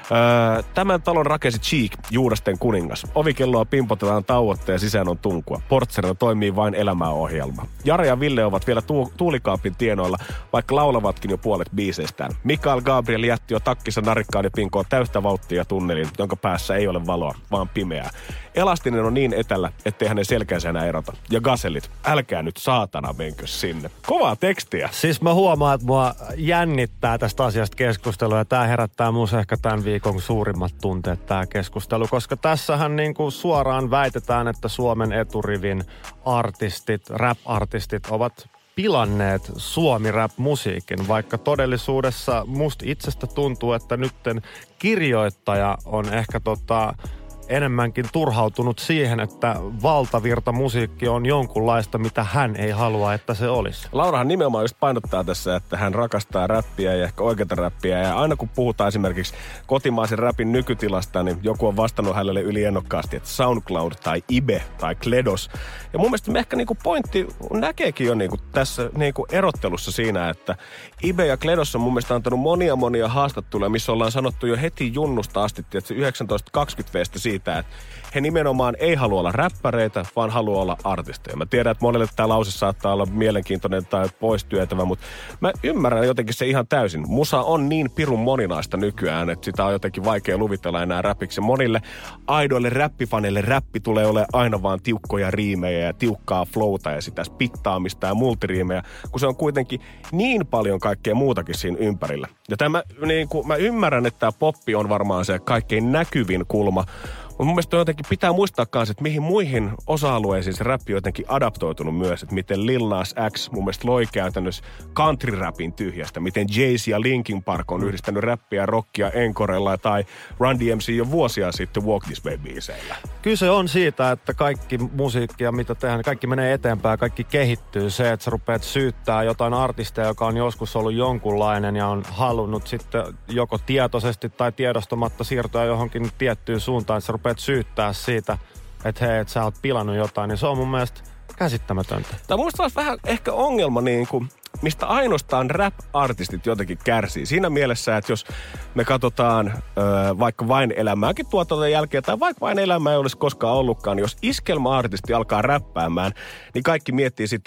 Öö, tämän talon rakensi Cheek, Juurasten kuningas. Ovikelloa pimpotetaan tauotta ja sisään on tunkua. Portserilla toimii vain elämäohjelma. Jare ja Ville ovat vielä tu- tuulikaapin tienoilla, vaikka laulavatkin jo puolet biiseistään. Mikael Gabriel jätti jo takkinsa narikkaan ja pinkoo täystä vauhtia tunnelin, jonka päässä ei ole valoa, vaan pimeää. Elastinen on niin etällä, ettei hänen selkänsä enää erota. Ja gasellit, älkää nyt saatana menkö sinne. Kovaa tekstiä. Siis mä huomaan, että mua jännittää tästä asiasta keskustelua ja tää herättää muus ehkä tämän viikon suurimmat tunteet tää keskustelu, koska tässähän niinku suoraan väitetään, että Suomen eturivin artistit, rap-artistit ovat pilanneet suomi-rap-musiikin, vaikka todellisuudessa musta itsestä tuntuu, että nytten kirjoittaja on ehkä tota enemmänkin turhautunut siihen, että valtavirta musiikki on jonkunlaista, mitä hän ei halua, että se olisi. Laurahan nimenomaan just painottaa tässä, että hän rakastaa räppiä ja ehkä oikeata räppiä. Ja aina kun puhutaan esimerkiksi kotimaisen räpin nykytilasta, niin joku on vastannut hänelle yliennokkaasti, että SoundCloud tai Ibe tai Kledos. Ja mun mielestä ehkä niinku pointti näkeekin jo niinku tässä niinku erottelussa siinä, että Ibe ja Kledos on mun mielestä antanut monia monia haastatteluja, missä ollaan sanottu jo heti junnusta asti, että se yhdeksäntoista kaksikymmentä veestä siitä, että he nimenomaan ei halua olla räppäreitä, vaan haluaa olla artisteja. Mä tiedän, että monelle tämä lause saattaa olla mielenkiintoinen tai poistyötävä, mutta mä ymmärrän jotenkin se ihan täysin. Musa on niin pirun moninaista nykyään, että sitä on jotenkin vaikea luvitella enää räpiksi. Monille aidoille räppifaneille räppi tulee olemaan aina vaan tiukkoja riimejä ja tiukkaa flowta ja sitä spittaamista ja multiriimejä, kun se on kuitenkin niin paljon kaikkea muutakin siinä ympärillä. Ja tämä, niin kuin, mä ymmärrän, että tämä poppi on varmaan se kaikkein näkyvin kulma. Mutta mun mielestä jotenkin pitää muistaa myös, että mihin muihin osa-alueisiin se räppi on jotenkin adaptoitunut myös. Että miten Lil Nas X mun mielestä loi käytännössä country-rapin tyhjästä. Miten Jay-Z ja Linkin Park on yhdistänyt räppiä, rockia Encorella tai Run D M C jo vuosia sitten Walk This Way-biiseillä. Kyse on siitä, että kaikki musiikkia, mitä tehdään, kaikki menee eteenpäin, kaikki kehittyy. Se, että sä rupeat syyttää jotain artistia, joka on joskus ollut jonkunlainen ja on halunnut sitten joko tietoisesti tai tiedostamatta siirtyä johonkin tiettyyn suuntaan, että sä rupeat syyttää siitä, että hei, että sä oot pilannut jotain, niin se on mun mielestä käsittämätöntä. Tämä mun mielestä olisi vähän ehkä ongelma, niin kuin, mistä ainoastaan rap-artistit jotenkin kärsii. Siinä mielessä, että jos me katsotaan ö, vaikka Vain elämääkin tuotannon jälkeen, tai vaikka Vain elämää ei olisi koskaan ollutkaan, niin jos iskelma-artisti alkaa räppäämään, niin kaikki miettii sitä, että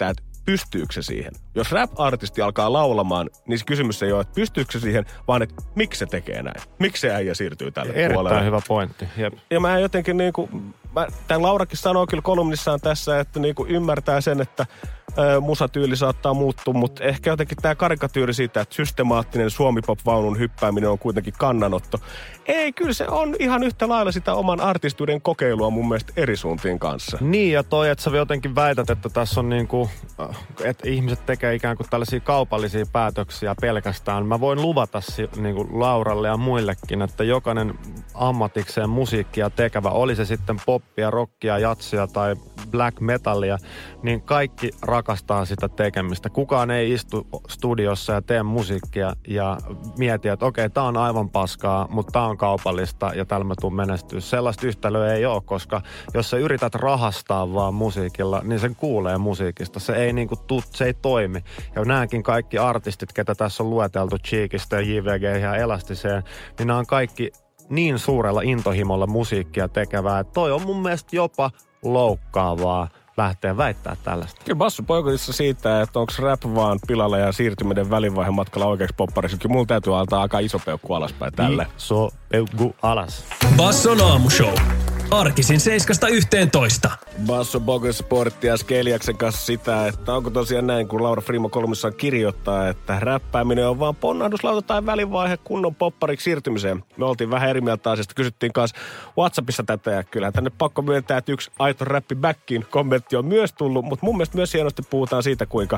pystyykö se siihen. Jos rap-artisti alkaa laulamaan, niin se kysymys ei ole, että pystyykö se siihen, vaan että miksi se tekee näin. Miksi se äijä siirtyy tälle Erittäin puolelle. Erittäin hyvä pointti. Jep. Ja mä jotenkin niinku, mä, tämän Laurakin sanoo kyllä kolumnissaan tässä, että niinku ymmärtää sen, että ö, musatyyli saattaa muuttua, mutta ehkä jotenkin tämä karikatyyri siitä, että systemaattinen Suomi-pop-vaunun hyppääminen on kuitenkin kannanotto. Ei, kyllä se on ihan yhtä lailla sitä oman artistuuden kokeilua mun mielestä eri suuntiin kanssa. Niin, ja toi, että sä jotenkin väität, että tässä on niinku, että ihmiset tekee ikään kuin tällaisia kaupallisia päätöksiä pelkästään. Mä voin luvata niinku Lauralle ja muillekin, että jokainen ammatikseen musiikkia tekevä, oli se sitten poppia, rockia, jatsia tai black metallia, niin kaikki rakastaa sitä tekemistä. Kukaan ei istu studiossa ja tee musiikkia ja mieti, että okei, tää on aivan paskaa, mutta tää on kaupallista ja tällä mä tuun menestyä. Sellaista yhtälöä ei ole, koska jos sä yrität rahastaa vaan musiikilla, niin sen kuulee musiikista. Se ei niinku tuu, se ei toimi. Ja nämäkin kaikki artistit, ketä tässä on lueteltu Cheekistä, J V G ja Elastiseen, niin nämä on kaikki niin suurella intohimolla musiikkia tekevää, että toi on mun mielestä jopa loukkaavaa lähteä väittää tällaista. Kyllä Basso poikotissa siitä, että onko rap vaan pilalla ja siirtyminen välivaiheen matkalla oikeaksi poppariksi. Kyllä mulla täytyy altaa aika iso peukku alaspäin tälle. Iso peukku alas. Basson aamushow. Arkisin seiskasta yhteentoista. Basso Bogus sporttia Skeliaksen kanssa sitä, että onko tosiaan näin, kun Laura Frimo kolmissaan kirjoittaa, että räppääminen on vaan ponnahduslauta tai välivaihe kunnon poppariksi siirtymiseen. Me oltiin vähän eri mieltä asiasta, kysyttiin kanssa WhatsAppissa tätä ja kyllähän tänne pakko myöntää, että yksi aito räppi backin kommentti on myös tullut, mutta mun mielestä myös hienosti puhutaan siitä, kuinka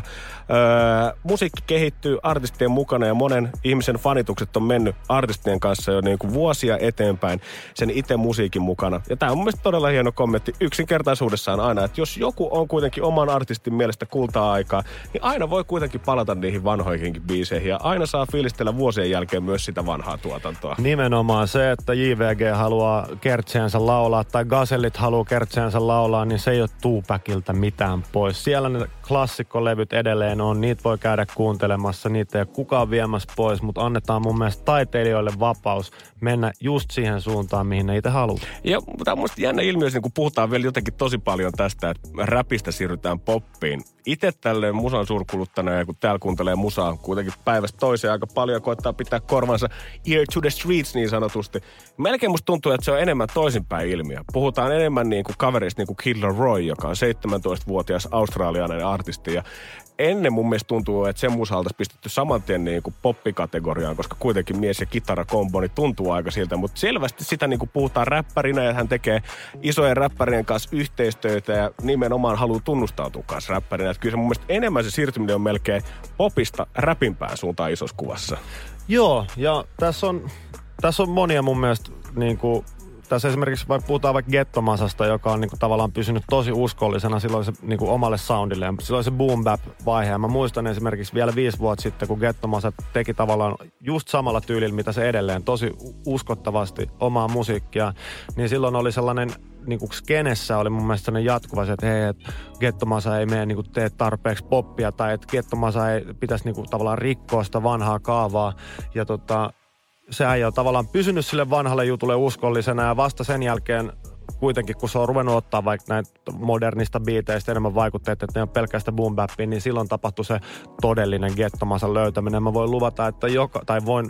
öö, musiikki kehittyy artistien mukana ja monen ihmisen fanitukset on mennyt artistien kanssa jo niin kuin vuosia eteenpäin sen itse musiikin mukana. Ja tämä on mun mielestä todella hieno kommentti yksinkertaisuudessaan aina, että jos joku on kuitenkin oman artistin mielestä kultaa-aikaa, niin aina voi kuitenkin palata niihin vanhoihinkin biiseihin ja aina saa fiilistellä vuosien jälkeen myös sitä vanhaa tuotantoa. Nimenomaan se, että J V G haluaa kertseensä laulaa tai Gazellit haluaa kertseensä laulaa, niin se ei ole Tupacilta mitään pois. Siellä ne klassikkolevyt edelleen on, niitä voi käydä kuuntelemassa, niitä ei ole kukaan viemässä pois, mutta annetaan mun mielestä taiteilijoille vapaus mennä just siihen suuntaan, mihin ne itse haluaa. Ja tämä on musta jännä ilmiö, kun puhutaan vielä jotenkin tosi paljon tästä, että räpistä siirrytään poppiin. Itse tälleen musan suurkuluttajana, ja kun täällä kuuntelee musaa kuitenkin päivästä toiseen aika paljon, koittaa pitää korvansa ear to the streets niin sanotusti. Melkein musta tuntuu, että se on enemmän toisinpäin ilmiö. Puhutaan enemmän niin kuin kaverista niin kuin Kid Laroi, joka on seitsemäntoistavuotias australialainen artisti. Ja ennen mun mielestä tuntuu, että sen musa oltaisiin pistetty saman tien niin kuin poppikategoriaan, koska kuitenkin mies- ja kitarakombo niin tuntuu aika siltä. Mutta selvästi sitä niin kuin puhutaan räppärinä ja hän tekee isojen räppärien kanssa yhteistyötä ja nimenomaan haluaa tunnustautua kanssa räppärinä. Että kyllä se mun mielestä enemmän se siirtyminen on melkein popista räpimpään suuntaan isossa kuvassa. Joo, ja tässä on, tässä on monia mun mielestä niin kuin tässä esimerkiksi vaikka puhutaan vaikka Gettomasasta, joka on niinku tavallaan pysynyt tosi uskollisena silloin se niinku omalle soundilleen. Silloin se boom bap vaihe. Ja mä muistan esimerkiksi vielä viisi vuotta sitten, kun Gettomasa teki tavallaan just samalla tyylillä, mitä se edelleen, tosi uskottavasti omaa musiikkia. Niin silloin oli sellainen niinku skenessä oli mun mielestä sellainen jatkuva se, että hei, että Gettomasa ei mene niinku tee tarpeeksi poppia tai että Gettomasa ei pitäisi niinku tavallaan rikkoa sitä vanhaa kaavaa. Ja tota se äijä on tavallaan pysynyt sille vanhalle jutulle uskollisena ja vasta sen jälkeen kuitenkin, kun se on ruvennut ottaa vaikka näitä modernista biiteistä enemmän vaikutteita, että ne on pelkästään boom bappia, niin silloin tapahtui se todellinen Gettomasan löytäminen. Mä voin luvata, että joka, tai voin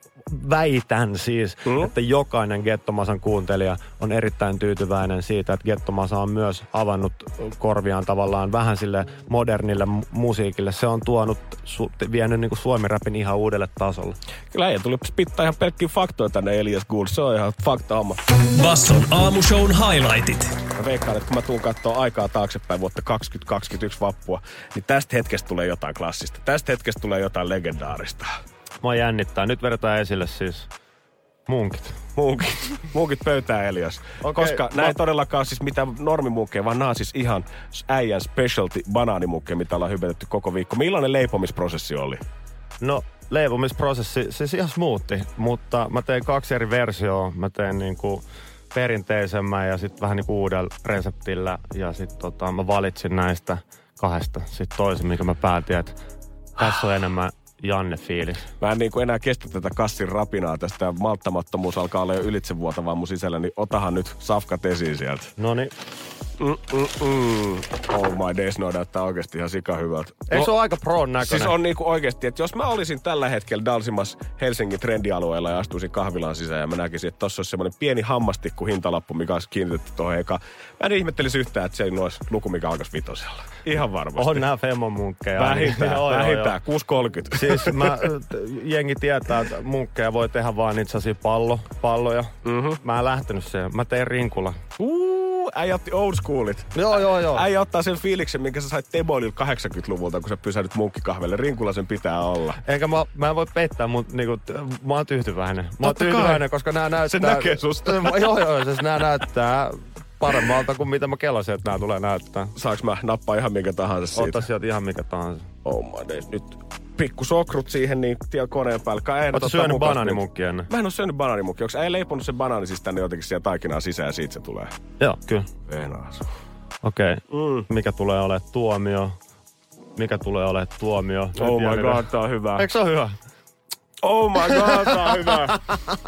väitän siis, mm. että jokainen Gettomasan kuuntelija on erittäin tyytyväinen siitä, että Gettomasa on myös avannut korviaan tavallaan vähän sille modernille musiikille. Se on tuonut, su- vienyt niin kuin suomi-rapin ihan uudelle tasolle. Kyllä ei tuli pitää ihan pelkkiä faktoja tänne Elias Gould. Se on ihan fakta-homma. Basson aamushown highlightit. Mä veikkaan, että kun mä tuun katsoa aikaa taaksepäin vuotta kaksituhattakaksikymmentäyksi vappua, niin tästä hetkestä tulee jotain klassista. Tästä hetkestä tulee jotain legendaarista. Mua jännittää. Nyt vedetään esille siis munkit. Munkit. Munkit pöytään, Elias. Okay, koska mä... nämä ei todellakaan ole siis mitään normimunkkeja, vaan nämä on siis ihan äijän specialty banaanimunkkeja, mitä ollaan hypetetty koko viikko. Millainen leipomisprosessi oli? No, leipomisprosessi, siis ihan smoothi, mutta mä tein kaksi eri versioa. Mä tein niinku perinteisemmän ja sitten vähän niinku uudella reseptillä. Ja sitten tota, mä valitsin näistä kahdesta sitten toisen, mikä mä päätin, että tässä on enemmän Janne-fiilis. Mä en niin kuin enää kestä tätä kassin rapinaa tästä. Malttamattomuus alkaa olla jo ylitsevuotavaa mun sisällä, niin otahan nyt safkat esiin sieltä. Noniin. Mm-mm-mm. Oh my days, no näyttää oikeasti ihan sika hyvältä. Eikö se no, ole aika pro näköinen? Siis on niinku oikeasti, että jos mä olisin tällä hetkellä dalsimassa Helsingin trendialueella ja astuisin kahvilaan sisään ja mä näkisin, että tossa olisi semmoinen pieni hammastikku hintalappu, mikä olisi kiinnitetty tuohon eka. Mä en ihmettelisi yhtään, että se ei olisi luku, mikä alkaisi vitosella. Ihan varmasti. On nää femmomunkkeja. Vähintään, niin, vähintään. kuusi kolmekymmentä. Siis mä, jengi tietää, että munkkeja voi tehdä vaan niitä sellaisia pallo, palloja. Mm-hmm. Mä en lähtenyt siihen. Mä tein rinkulla. Uh, äijä otti old schoolit. Joo, joo, joo. Äijä ottaa sen fiiliksen, minkä sä sait Teboililla kahdeksankymmentäluvulta, kun sä pysähdyt munkkikahvelle. Rinkulla sen pitää olla. Enkä mä, mä en voi peittää, mutta niinku, mä oon tyytyväinen. Mä oon Totta tyytyväinen, kai. koska nää näyttää... Se näkee susta. joo, joo, siis nää näyttää paremmalta kuin mitä mä kelasin, että nää tulee näyttää. Saaks mä nappaa ihan minkä tahansa siitä? Ota sieltä ihan mikä tahansa. Oh my days. Nyt pikku sokrut siihen, niin tiedä koneen päällä. Ootko syönyt banaanimukkia ennen? Mä en oo syönyt banaanimukkia. Onko ei leiponut se banaani siis tänne jotenkin siellä taikinaa sisään ja siitä se tulee? Joo, kyllä. Venaas. Okei. Okay. Mm. Mikä tulee olemaan tuomio? Mikä tulee olemaan tuomio? Oh my god, tää on hyvä. Eikö se ole hyvä? Oh my god, tää on hyvä.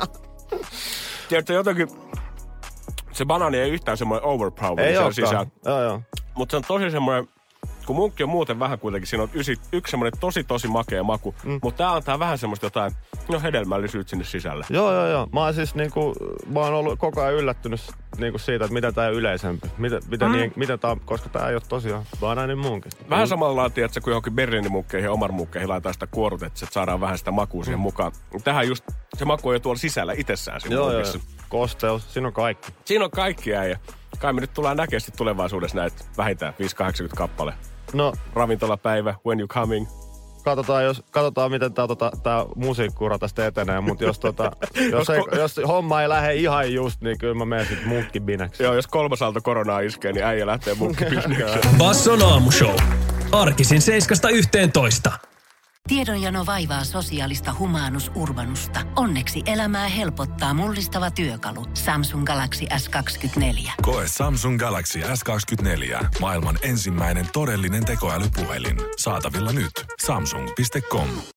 Tiedätkö jotenkin... Se banaani ei yhtään semmoinen overpower. Ei olekaan. Sisään. Joo, joo. Mutta se on tosi semmoinen... Kun munkki on muuten vähän kuitenkin, siinä on ysi, yksi semmoinen tosi tosi makea maku. Mm. Mutta tää antaa vähän semmoista jotain, no hedelmällisyyttä sinne sisälle. Joo, joo, joo. Mä oon siis niinku, mä oon ollut koko ajan yllättynyt niinku siitä, että mitä tää on yleisempi. Mitä, mitä mm. niin, mitä tää on, koska tää ei oo tosiaan bananin munkki. Vähän samalla lailla, että kun johonkin Berliinin munkkeihin ja Omar munkkeihin laitetaan sitä kuorutetta, että saadaan vähän sitä makua siihen mm. mukaan. Tähän just, se maku on jo tuolla sisällä itsessään siinä joo, munkissa. Joo, kosteus, siinä on kaikki. Siinä on kaikki äijä. Kai me nyt tullaan näkemään sitten tulevaisuudessa näitä vähintään viisi kahdeksankymmentä kappale. No, ravintolapäivä, when you coming. Katsotaan, jos, katsotaan miten tää, tota, tää musiikkiura tästä etenee, mutta jos, tota, jos, ei, jos homma ei lähde ihan just, niin kyllä mä menen sit munkkibinäksi. Joo, jos kolmas aalto koronaa iskee, niin äijä lähtee munkkibinäksi. Basson aamushow. Arkisin seiskasta yhteentoista. Tiedonjano vaivaa sosiaalista humanus urbanusta. Onneksi elämää helpottaa mullistava työkalu. Samsung Galaxy S kaksikymmentäneljä. Koe Samsung Galaxy S kaksikymmentäneljä. Maailman ensimmäinen todellinen tekoälypuhelin. Saatavilla nyt. Samsung piste com.